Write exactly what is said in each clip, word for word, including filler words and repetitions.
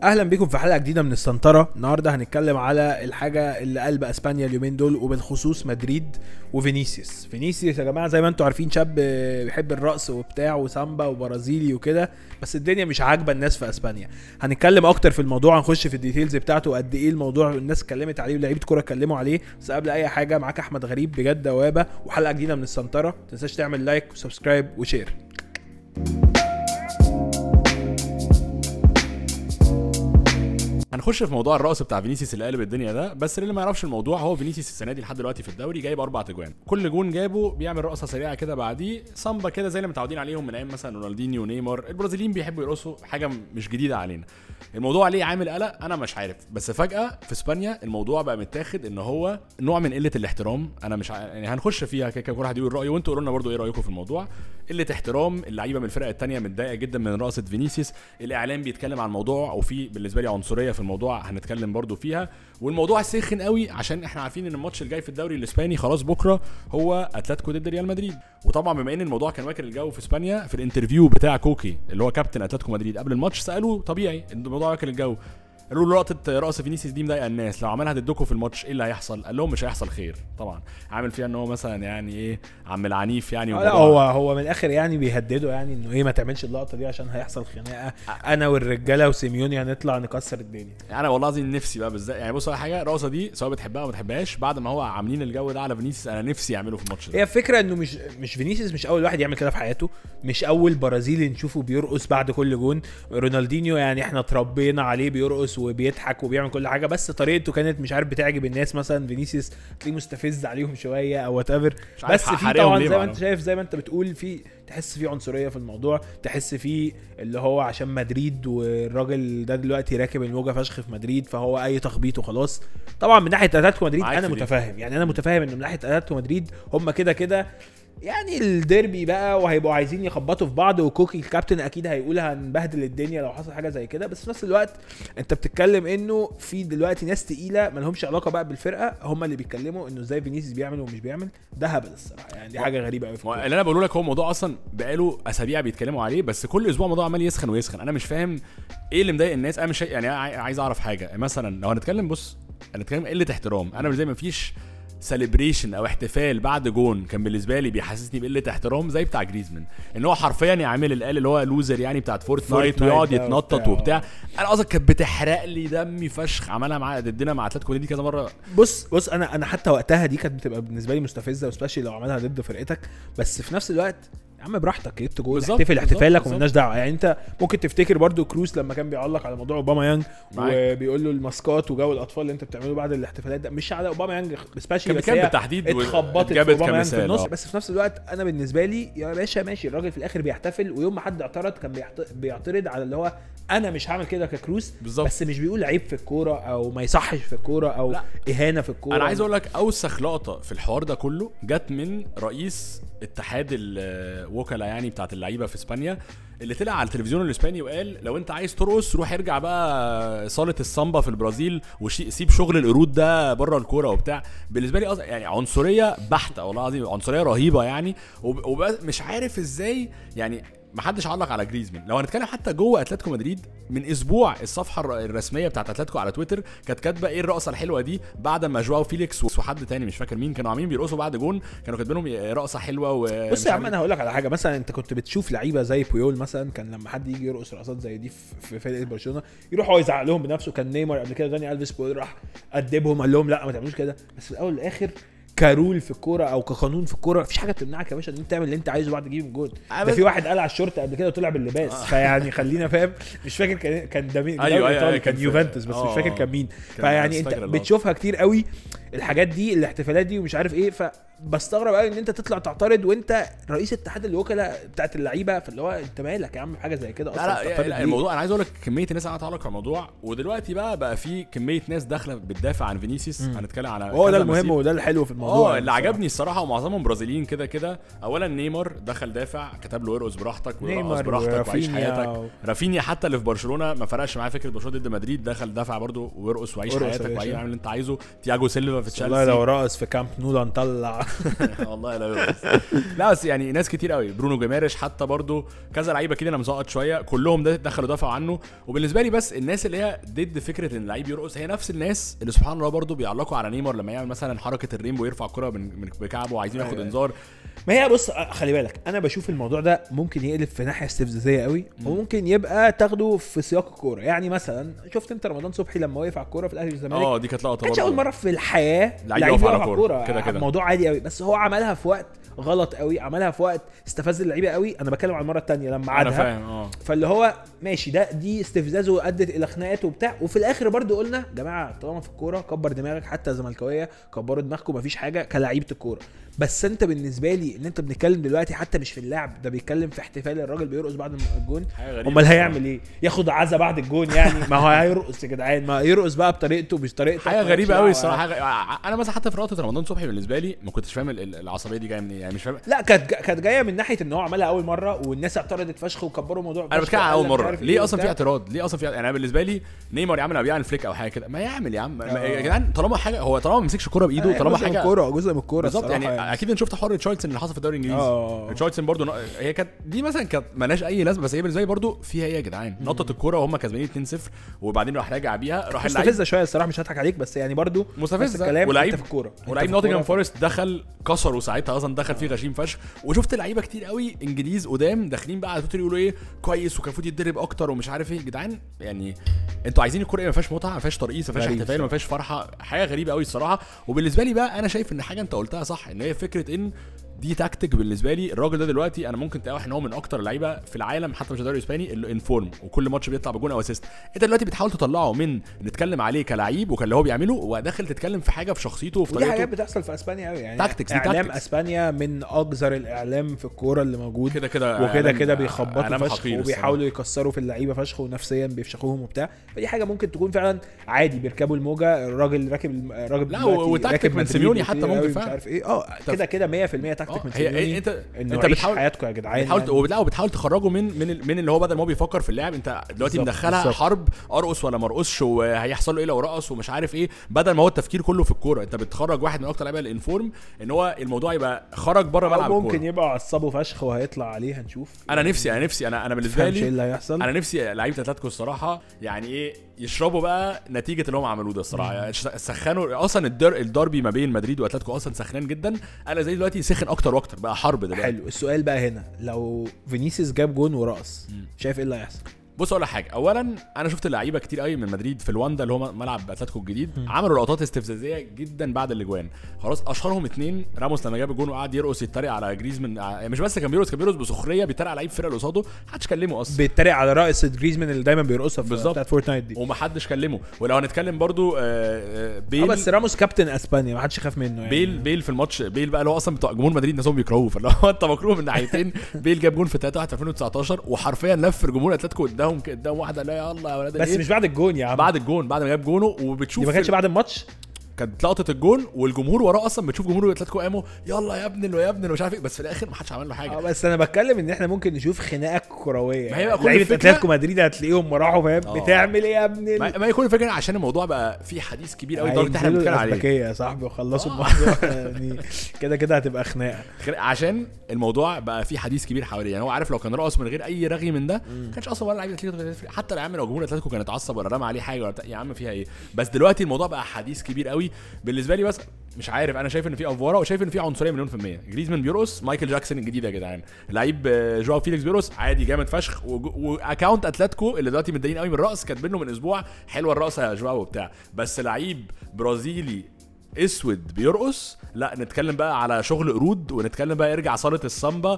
اهلا بكم في حلقه جديده من السنتره. النهارده هنتكلم على الحاجه اللي قلب اسبانيا اليومين دول وبالخصوص مدريد وفينيسيوس. فينيسيوس يا جماعه زي ما انتم عارفين شاب بيحب الرقص وبتاع وسامبا وبرازيلي وكده، بس الدنيا مش عاجبه الناس في اسبانيا. هنتكلم اكتر في الموضوع، هنخش في الديتيلز بتاعته وقد ايه الموضوع الناس اتكلمت عليه ولاعيبه كوره اتكلموا عليه. بس قبل اي حاجه معاك احمد غريب بجد دوابه وحلقه جديده من السنتره. ما تنساش تعمل لايك وسبسكرايب وشير. هنخش في موضوع الرقص بتاع فينيسيوس اللي قلب الدنيا ده. بس اللي ما يعرفش الموضوع، هو فينيسيوس السنه دي لحد دلوقتي في الدوري جايب اربع تجوان، كل جون جابه بيعمل رقصه سريعه كده بعديه سامبا كده زي اللي متعودين عليهم من ايام مثلا رونالدينيو ونيمار. البرازيليين بيحبوا يرقصوا، حاجه مش جديده علينا. الموضوع ليه عامل قلق انا مش عارف، بس فجاه في اسبانيا الموضوع بقى متاخد ان هو نوع من قله الاحترام. انا مش ع... يعني هنخش فيها كده كل واحد يقول رايه، وانتوا قولوا لنا برضو ايه رايكم في الموضوع. قله احترام، اللعيبه من الفرقه الثانيه متضايقه جدا من رقصه فينيسيوس، الاعلام بيتكلم عن الموضوع وفي بالنسبه لي عنصريه في الموضوع هنتكلم برضو فيها. والموضوع سخن قوي عشان احنا عارفين ان الماتش الجاي في الدوري الاسباني خلاص بكره هو اتلتيكو ضد ريال مدريد. وطبعا بما ان الموضوع كان واكل الجو في اسبانيا، في الانترفيو بتاع كوكي اللي هو كابتن اتلتيكو مدريد قبل الماتش سالوه طبيعي ان الموضوع واكل الجو، قالوا له لقطه رقص فينيسيوس دي مضايقه الناس، لو عملها ضدكم في الماتش ايه اللي هيحصل؟ قال لهم مش هيحصل خير. طبعا عامل فيها ان هو مثلا يعني ايه عم العنيف يعني. لا هو هو من الاخر يعني بيهددوا يعني انه ايه ما تعملش اللقطه دي عشان هيحصل خناقه انا والرجاله وسيميوني هنطلع نكسر الدنيا. انا والله العظيم نفسي بقى بالذات يعني بص على حاجه، الرقصه دي سواء بتحبها او ما بتحبهاش بعد ما هو عاملين الجو ده على فينيسيوس انا نفسي يعملوا في الماتش ده. هي الفكره انه مش مش فينيسيوس مش اول واحد يعمل كده في حياته، مش اول برازيلي نشوفه بيرقص بعد كل جون. رونالدينيو يعني احنا اتربينا عليه بيرقص وبيضحك وبيعمل كل حاجه، بس طريقته كانت مش عارف بتعجب الناس. مثلا فينيسيوس تلاقيه مستفز عليهم شويه او وات ايفر، بس في طبعا زي ما انت شايف زي ما انت بتقول في تحس فيه عنصريه في الموضوع، تحس فيه اللي هو عشان مدريد والراجل ده دلوقتي راكب الموجه فشخ في مدريد فهو اي تخبيط وخلاص. طبعا من ناحيه اتلتيكو مدريد انا متفاهم، يعني انا متفاهم انه من ناحيه اتلتيكو مدريد هم كده كده يعني الديربي بقى وهيبقوا عايزين يخبطوا في بعض، وكوكي الكابتن اكيد هيقول هنبهدل الدنيا لو حصل حاجه زي كده. بس في نفس الوقت انت بتتكلم انه في دلوقتي ناس تقيله ما لهمش علاقه بقى بالفرقه هم اللي بيتكلموا انه ازاي فينيسيوس بيعمل ومش بيعمل. ده هبل الصراحه، يعني دي حاجه غريبه قوي. اللي انا بقوله لك هو موضوع اصلا بقاله اسابيع بيتكلموا عليه، بس كل اسبوع موضوع عمال يسخن ويسخن. انا مش فاهم ايه اللي مضايق الناس. انا مش يعني عايز اعرف حاجه. مثلا لو هنتكلم بص هنتكلم قله احترام، انا مش زي ما فيش سيلبريشن او احتفال بعد جون كان بالنسبه لي بيحسسني بقله احترام زي بتاع جريزمان، ان هو حرفيا يعمل القال اللي هو لوزر يعني بتاعت فورتنايت ويقعد يتنطط وبتاع. انا قصدي كانت بتحرق لي دمي فشخ، عملها مع ضدنا مع اتلتيكو دي كذا مره. بص بص انا انا حتى وقتها دي كانت بتبقى بالنسبه لي مستفزه وسبيشال لو عملها ضد فرقتك، بس في نفس الوقت يا عم براحتك جبت جول احتفل احتفالك ومالناش دعوه. يعني انت ممكن تفتكر برضو كروس لما كان بيعلق على موضوع اوباما يانج وبيقول له الماسكات وجو الاطفال اللي انت بتعمله بعد الاحتفالات ده مش على اوباما يانج سبيشال، بس كان بالتحديد اتخبطت في اوباما يانج في النص. بس في نفس الوقت انا بالنسبه لي يا باشا ماشي، الراجل في الاخر بيحتفل، ويوم ما حد اعترض كان بيعترض على اللي هو انا مش هعمل كده ككروس بالزبط. بس مش بيقول عيب في الكوره او ما يصحش في الكوره او لا. اهانه في الكوره. انا عايز اقول لك اوسخ لقطه في الحوار ده كله جت من رئيس اتحاد الوكلاء يعني بتاعت اللعيبه في اسبانيا، اللي طلع على التلفزيون الاسباني وقال لو انت عايز ترقص روح ارجع بقى صاله السامبا في البرازيل وسيب شغل القرود ده بره الكوره وبتاع. بالنسبه لي يعني عنصريه بحته والله العظيم، عنصريه رهيبه يعني. ومش عارف ازاي يعني ما حدش علق على جريزمان. لو هنتكلم حتى جوه اتلتيكو مدريد من اسبوع الصفحه الرسميه بتاعه اتلتيكو على تويتر كانت كاتبه ايه الرقصه الحلوه دي بعد ما جواو فيليكس وحد تاني مش فاكر مين كانوا عاملين بيرقصوا بعد جون، كانوا كاتبين لهم رقصه حلوه. بص يا عم انا هقول لك على حاجه، مثلا انت كنت بتشوف لعيبه زي بويول مثلا، كان لما حد يجي يرقص رقصات زي دي في فرقه برشلونه يروح هو يزعق لهم بنفسه. كان نيمار قبل كده داني الفيس بويول راح ادبهم قال لهم لا ما تعملوش كده. بس في الاول والاخر كرول في الكوره او كقانون في الكوره مفيش حاجه تمنعك يا باشا ان انت تعمل اللي انت عايزه بعد تجيب الجول. ده في واحد قال على الشورت قبل كده وطلع باللباس آه. فيعني خلينا فاهم مش فاكر كان كان ده مين أيوة أيوة أيوة كان يوفنتوس بس آه. مش فاكر كان مين. فيعني انت بتشوفها كتير قوي الحاجات دي الاحتفالات دي ومش عارف ايه. فبستغرب قوي ان انت تطلع تعترض وانت رئيس اتحاد الوكلاء بتاعت اللعيبه، فاللي هو انت مالك يا عم حاجه زي كده اصلا. لا لا, لا الموضوع انا عايز اقول لك كميه الناس قاعده تعلق على الموضوع، ودلوقتي بقى بقى في كميه ناس داخله بتدافع عن فينيسيوس. هنتكلم على هو ده المهم وده الحلو في الموضوع اه اللي عجبني الصراحه، ومعظمهم برازيليين كده كده. اولا نيمار دخل دافع كتب له ارقص براحتك ورقص براحتك وعيش حياتك و... رافينيا حتى اللي في برشلونه ما فرقش معاه فكره برشلونه ضد مدريد، دخل دافع برده وارقص وعيش حياتك وعيش اعمل اللي انت عايزه. تياجو سيلفا في تشيلسي والله لو رقص في كامب نو نطلع والله لا يرقص. لا بس يعني ناس كتير قوي، برونو جيماريش حتى برضو كذا لعيبه كده انا مسقط شويه، كلهم ده دخلوا دافعوا عنه. وبالنسبه لي بس الناس اللي هي ضد فكره ان اللعيب يرقص هي نفس الناس اللي سبحان الله برضو بيعلقوا على نيمار لما يعمل مثلا حركه الريمبو ويرفع الكره من بكعبه وعايزين ياخد انذار. ما هي بص خلي بالك، انا بشوف الموضوع ده ممكن يقلب في ناحيه استفزازيه قوي وممكن يبقى تاخده في سياق الكوره. يعني مثلا شفت انت رمضان صبحي لما وقف على الكوره في الاهلي والزمالك؟ اه دي كانت لقطه برضه، كانت اول مره في الحياه لعيب يقف على الكوره كده كده، موضوع عادي قوي، بس هو عملها في وقت غلط قوي، عملها في وقت استفز اللعيبه قوي. انا بتكلم على المره الثانيه لما عادها، انا فاهم اه. فاللي هو ماشي ده دي استفزاز وادت الى خناقات وبتاع، وفي الاخر برضو قلنا يا جماعه طالما في الكوره كبر دماغك، حتى زملكاويه كبروا دماغكم، مفيش حاجه كلاعيبه الكوره. بس انت بالنسبه لي ان انت بنتكلم دلوقتي حتى مش في اللعب، ده بيتكلم في احتفال الراجل بيرقص بعد الجون. امال هيعمل ايه؟ ياخد عزا بعد الجون يعني؟ ما هو هيرقص يا جدعان، ما يرقص بقى بطريقته مش طريقته. حاجه غريبه قوي الصراحه. انا مثلا حتى في لقطه رمضان صبحي بالنسبه لي ما كنتش فاهم العصبيه دي جايه منين يعني، مش فاهم. لا كانت كانت جايه من ناحيه ان هو عملها اول مره والناس اعترضت فشخ وكبروا الموضوع. انا بتكلم على اول مره ليه اصلا في اعتراض؟ ليه اصلا في يعني انا بالنسبه لي نيمار يعمل او يعمل فليك او حاجه كده ما يعمل يا عم يا جدعان، طالما حاجه هو طالما ما مسكش الكوره بايده، طالما حاجه الكوره جزء من الكوره بالظبط يعني, يعني اكيد شفت حوار تشارلسون اللي حصل في الدوري الانجليزي. تشارلسون برضو هي كانت دي مثلا كانت مالهاش اي لازمه، بس هي بالنسبه لي برضو فيها ايه يا جدعان؟ نطت الكوره وهم كسبانين اتنين صفر وبعدين راح راجع بيها، راح اللعيب مستفزه شويه الصراحه، مش هضحك عليك بس يعني برضو مستفزه. ولعيب في الكوره ولعيب نوتنغهام فورست دخل كسر وساعتها اصلا دخل فيه غشيم فشخ. وشفت لعيبه كتير قوي انجليز قدام داخلين بقى على تويتر يقولوا ايه كويس وكان المفروض يتدرب اكتر ومش عارف ايه. يا جدعان يعني انتوا عايزين الكوره ما فيهاش متعه، ما فيهاش ترقيص، ما فيهاش احتفال، ما فيهاش فرحه، حاجه غريبه قوي الصراحه. وبالنسبه لي بقى انا شايف ان حاجه انت قلتها صح، ان هي فكره ان دي تاكتيك. بالنسبه لي الراجل ده دلوقتي انا ممكن تقاوح ان هو من اكتر اللعيبه في العالم حتى مش الدوري الاسباني اللي انفورم وكل ماتش بيطلع بجون او اسيست. انت دلوقتي بتحاول تطلعه من نتكلم عليه كلاعب وكان اللي هو بيعمله وداخل تتكلم في حاجه في شخصيته وفي طريقته. دي حاجات بتحصل في اسبانيا قوي يعني. تاكتكس اعلام تاكتكس. اسبانيا من اقذر الاعلام في الكوره اللي موجود كده كده وكده كده بيخبطوا فشخ وبيحاولوا يكسروا في اللعيبه فشخ ونفسيا بيفشخوهم وبتاع. فدي حاجه ممكن تكون فعلا عادي بيركبوا الموجه. الراجل راكب الراجل لا وتاكتيك من سيميوني حتى ممكن مش عارف ايه اه كده كده مية في المية تاكتيك من سيميوني. انت انت بتحاول حياتكم يا جدعان، بتحاول وبتلاقوا بتحاول تخرجوا من من من اللي هو بدل ما هو بيفكر في اللعب. انت دلوقتي مدخلها حرب ارقص ولا مرقصش وهيحصل له ايه لو رقص ومش عارف ايه، بدل ما هو التفكير كله في الكوره. انت بتخرج واحد من اكتر لعيبه الانفورم ان هو الموضوع يبقى خرج بره ملعب الكوره. ممكن يبقى عصبه فشخ وهيطلع عليه هنشوف. انا نفسي انا نفسي انا انا بالنسبه لي ايه اللي هيحصل. انا نفسي لعيبه اتلتيكو الصراحه يعني ايه يشربوا بقى نتيجه اللي هم عملوه ده الصراحه. يعني سخنوا اصلا الدر الدربي ما بين مدريد واتلتيكو اصلا سخنان جدا. انا زي دلوقتي سخن اكتر واكتر بقى حرب دلوقتي. حلو. السؤال بقى هنا لو فينيسيوس جاب جون ورقص شايف ايه اللي هيحصل؟ بص اقول لك حاجه. اولا انا شفت لعيبه كتير قوي من مدريد في الواندا اللي هو ملعب اتلتيكو الجديد م. عملوا لقطات استفزازيه جدا بعد الاجوان. خلاص اشهرهم اتنين، راموس لما جاب الجون وقعد يرقص يتريق على جريزمان. مش بس كان بيرقص كان بيرقص بسخريه، بيتريق على لعيب الفرقه اللي قصاده محدش كلمه اصلا. بيتريق على رقصه جريزمان اللي دايما بيرقصها في بتاعه فورتنايت دي ومحدش كلمه. ولو هنتكلم برضو بيل بس راموس كابتن اسبانيا محدش خاف منه يعني. بيل بيل في الماتش بيل بقى اللي هو اصلا بتوع جمهور مدريد نفسهم بيكرهوه، فاللي هو انت مكروه من ناحيتين. بيل جاب جون في تلاتة واحد في ألفين وتسعتاشر وحرفيا لف جمهور اتلتيكو قدامهم قدام واحده لا يا الله يا ولاد. بس إيه؟ مش بعد الجون يا عم، بعد الجون بعد ما جاب جونه. وبتشوف ما كانش بعد الماتش، كانت لقطه الجون والجمهور وراه اصلا. بتشوف جمهور اتلتيكو قاموا يلا يا ابني ويا ابني ومش عارف ايه، بس في الاخر ما حدش عمل له حاجه. اه بس انا بتكلم ان احنا ممكن نشوف خناقه كرويه. ما هي بقى لعيبه اتلتيكو مدريد هتلاقيهم راحوا فاهم بتعمل ايه يا ابني. ما يكون الفكره عشان الموضوع بقى فيه حديث كبير قوي لدرجه احنا بنتكلم عليه يا صاحبي وخلصوا الموضوع يعني كده كده هتبقى خناقه عشان الموضوع بقى فيه حديث كبير حواليه. يعني هو عارف لو كان رقص من غير اي رغي من ده كانش اصلا ولا لعيبه اتلتيكو حتى لو لو جمهور اتلتيكو كان اتعصب ولا رمى عليه حاجه ولا يا عم فيها ايه. بس دلوقتي الموضوع بقى حديث كبير قوي بالنسبه لي. بس مش عارف انا شايف ان في افواره وشايف ان في عنصريه مليون في الميه. جريزمان بيرقص، مايكل جاكسون الجديد يا جدعان، لعيب جواو فيليكس بيرقص عادي جامد فشخ. واكاونت اتلتيكو اللي دلوقتي متضايقين قوي من الرقص كاتبين له من اسبوع حلوه الرقصه يا جواو وبتاع. بس لعيب برازيلي اسود بيرقص لا نتكلم بقى على شغل قرود ونتكلم بقى يرجع صاله السامبا.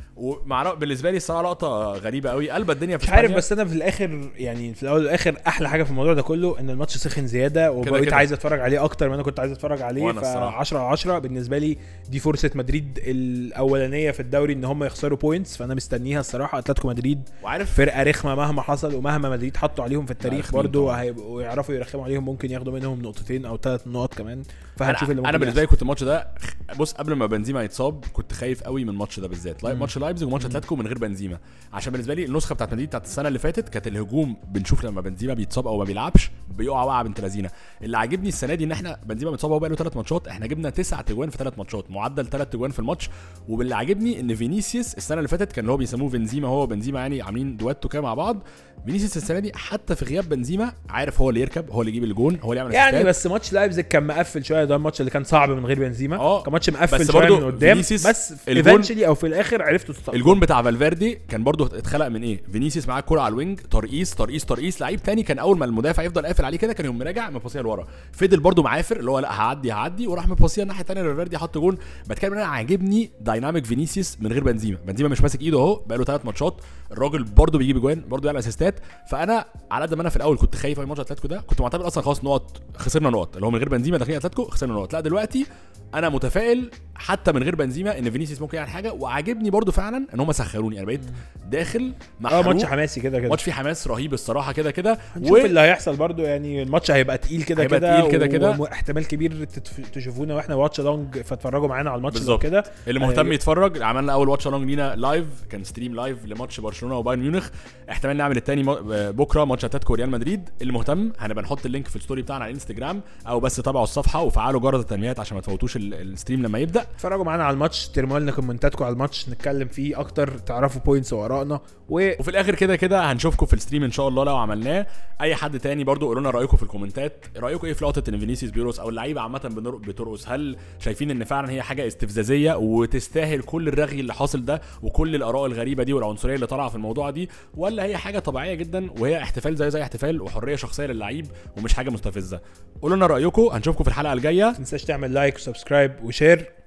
ومع بالنسبه لي الصراحه لقطه غريبه قوي قلب الدنيا في مش عارف. بس انا في الاخر يعني في الاول والاخر احلى حاجه في الموضوع ده كله ان الماتش سخن زياده وبقيت عايز اتفرج عليه اكتر ما انا كنت عايز اتفرج عليه. ف عشرة على عشرة بالنسبه لي دي فرصه مدريد الاولانيه في الدوري ان هم يخسروا بوينتس، فانا مستنيها الصراحه. اتلتيكو مدريد وعارف فرقه رخمه مهما حصل ومهما مدريد حطوا عليهم في التاريخ برضو هيبقوا يعرفوا يرخموا عليهم، ممكن ياخدوا منهم نقطتين او ثلاث نقط كمان. فهنشوف اللي انا بالنسبه لي كنت الماتش ده بص قبل ما بنزيما يتصاب كنت خايف قوي من الماتش ده بالذات. ماتش لايبزيج وماتش اتلتيكو من غير بنزيما، عشان بالنسبه لي النسخه بتاعت مدريد بتاعت السنه اللي فاتت كانت الهجوم بنشوف لما بنزيما بيتصاب او ما بيلعبش بيقع وقع بنت لذينه. اللي عاجبني السنه دي ان احنا بنزيما متصاب هو بقى له ثلاث ماتشات، احنا جبنا تسعة تجوان في ثلاث ماتشات، معدل ثلاث تجوان في الماتش. واللي عاجبني ان فينيسيوس السنه اللي فاتت كان هو بيسموه بنزيما، هو وبنزيما يعني عاملين دويتو كده مع بعض. فينيسيوس السنه دي حتى في غياب بنزيما عارف هو اللي يركب، هو اللي يجيب الجون، هو اللي يعمل يعني اسيستات. بس ماتش لايبزيج كان مقفل شويه، ده الماتش اللي كان صعب من غير بنزيما. اه كان ماتش مقفل بس شويه برضو من قدام، فينيسيوس بس الجون- ايفنشلي او في الاخر عرفتوا تستقبلوا. الجون بتاع فالفيردي كان برضو اتخلق من ايه؟ فينيسيوس معاه الكوره على الوينج، ترقيص ترقيص ترقيص، لعيب تاني كان اول ما المدافع يفضل قافل عليه كده كان يقوم راجع مباصيه لورا، فضل برضو معافر اللي هو لا هعدي هعدي وراح مباصيه الناحيه الثانيه لفالفيردي حط جون. بتكلم انا عاجبني دايناميك فينيسيوس من غير بنزيما. بنزيما مش ماسك ايده اهو بقى له ثلاث ماتشات، الراجل برضو بيجيب جوان، برضو يعمل اسيستات. فانا على قد ما انا في الاول كنت خايف من ماتش اتلتيكو ده، كنت معتبر اصلا خلاص نقط خسرنا نقط اللي هو من غير بنزيما داخلين اتلتيكو خسرنا نقط، لا دلوقتي انا متفائل حتى من غير بنزيما ان فينيسيوس ممكن يعمل حاجه. وعاجبني برضو فعلا ان هم سخروني، انا بقيت داخل اه ماتش حماسي كده كده، ماتش فيه حماس رهيب الصراحه كده كده. هنشوف و... اللي هيحصل برضو يعني. الماتش هيبقى تقيل كده هيبقى كده تقيل كده كده، واحتمال كبير تتف... تشوفونا واحنا واتش لونج فاتفرجوا معانا على الماتش بالظبط كده. اللي مهتم يتفرج عملنا اول واتش لونج لينا لايف، كان ستريم لايف لماتش برشلونه وبايرن ميونخ، احتمال نعمل الثاني بكره ماتش اتلتيكو وريال مدريد. اللي مهتم هنبقى نحط اللينك في الستوري بتاعنا على الانستجرام، او بس تابعوا الصفحه وفعلوا جرس التنبيهات عشان ما تفوتوش الستريم لما يبدا. اتفرجوا معانا على الماتش، ترموا لنا كومنتاتكم على الماتش نتكلم فيه اكتر، تعرفوا بوينتس وارائنا و... وفي الاخر كده كده هنشوفكم في الستريم ان شاء الله لو عملناه. اي حد تاني برضو قولوا لنا رايكم في الكومنتات، رايكم ايه في لقطه ان فينيسيوس بيرقص او اللعيبه عامه بترقص؟ هل شايفين ان فعلا هي حاجه استفزازيه وتستاهل كل الرغي اللي حاصل ده وكل الاراء الغريبه دي والعنصريه اللي طالعه في الموضوع دي، ولا هي حاجه طبيعيه جدا وهي احتفال زي زي احتفال وحريه شخصيه للعيب ومش حاجه مستفزه؟ قولوا لنا رايكم، هنشوفكم في الحلقه الجايه. ما تنساش تعمل لايك وسبسكرايب وشير.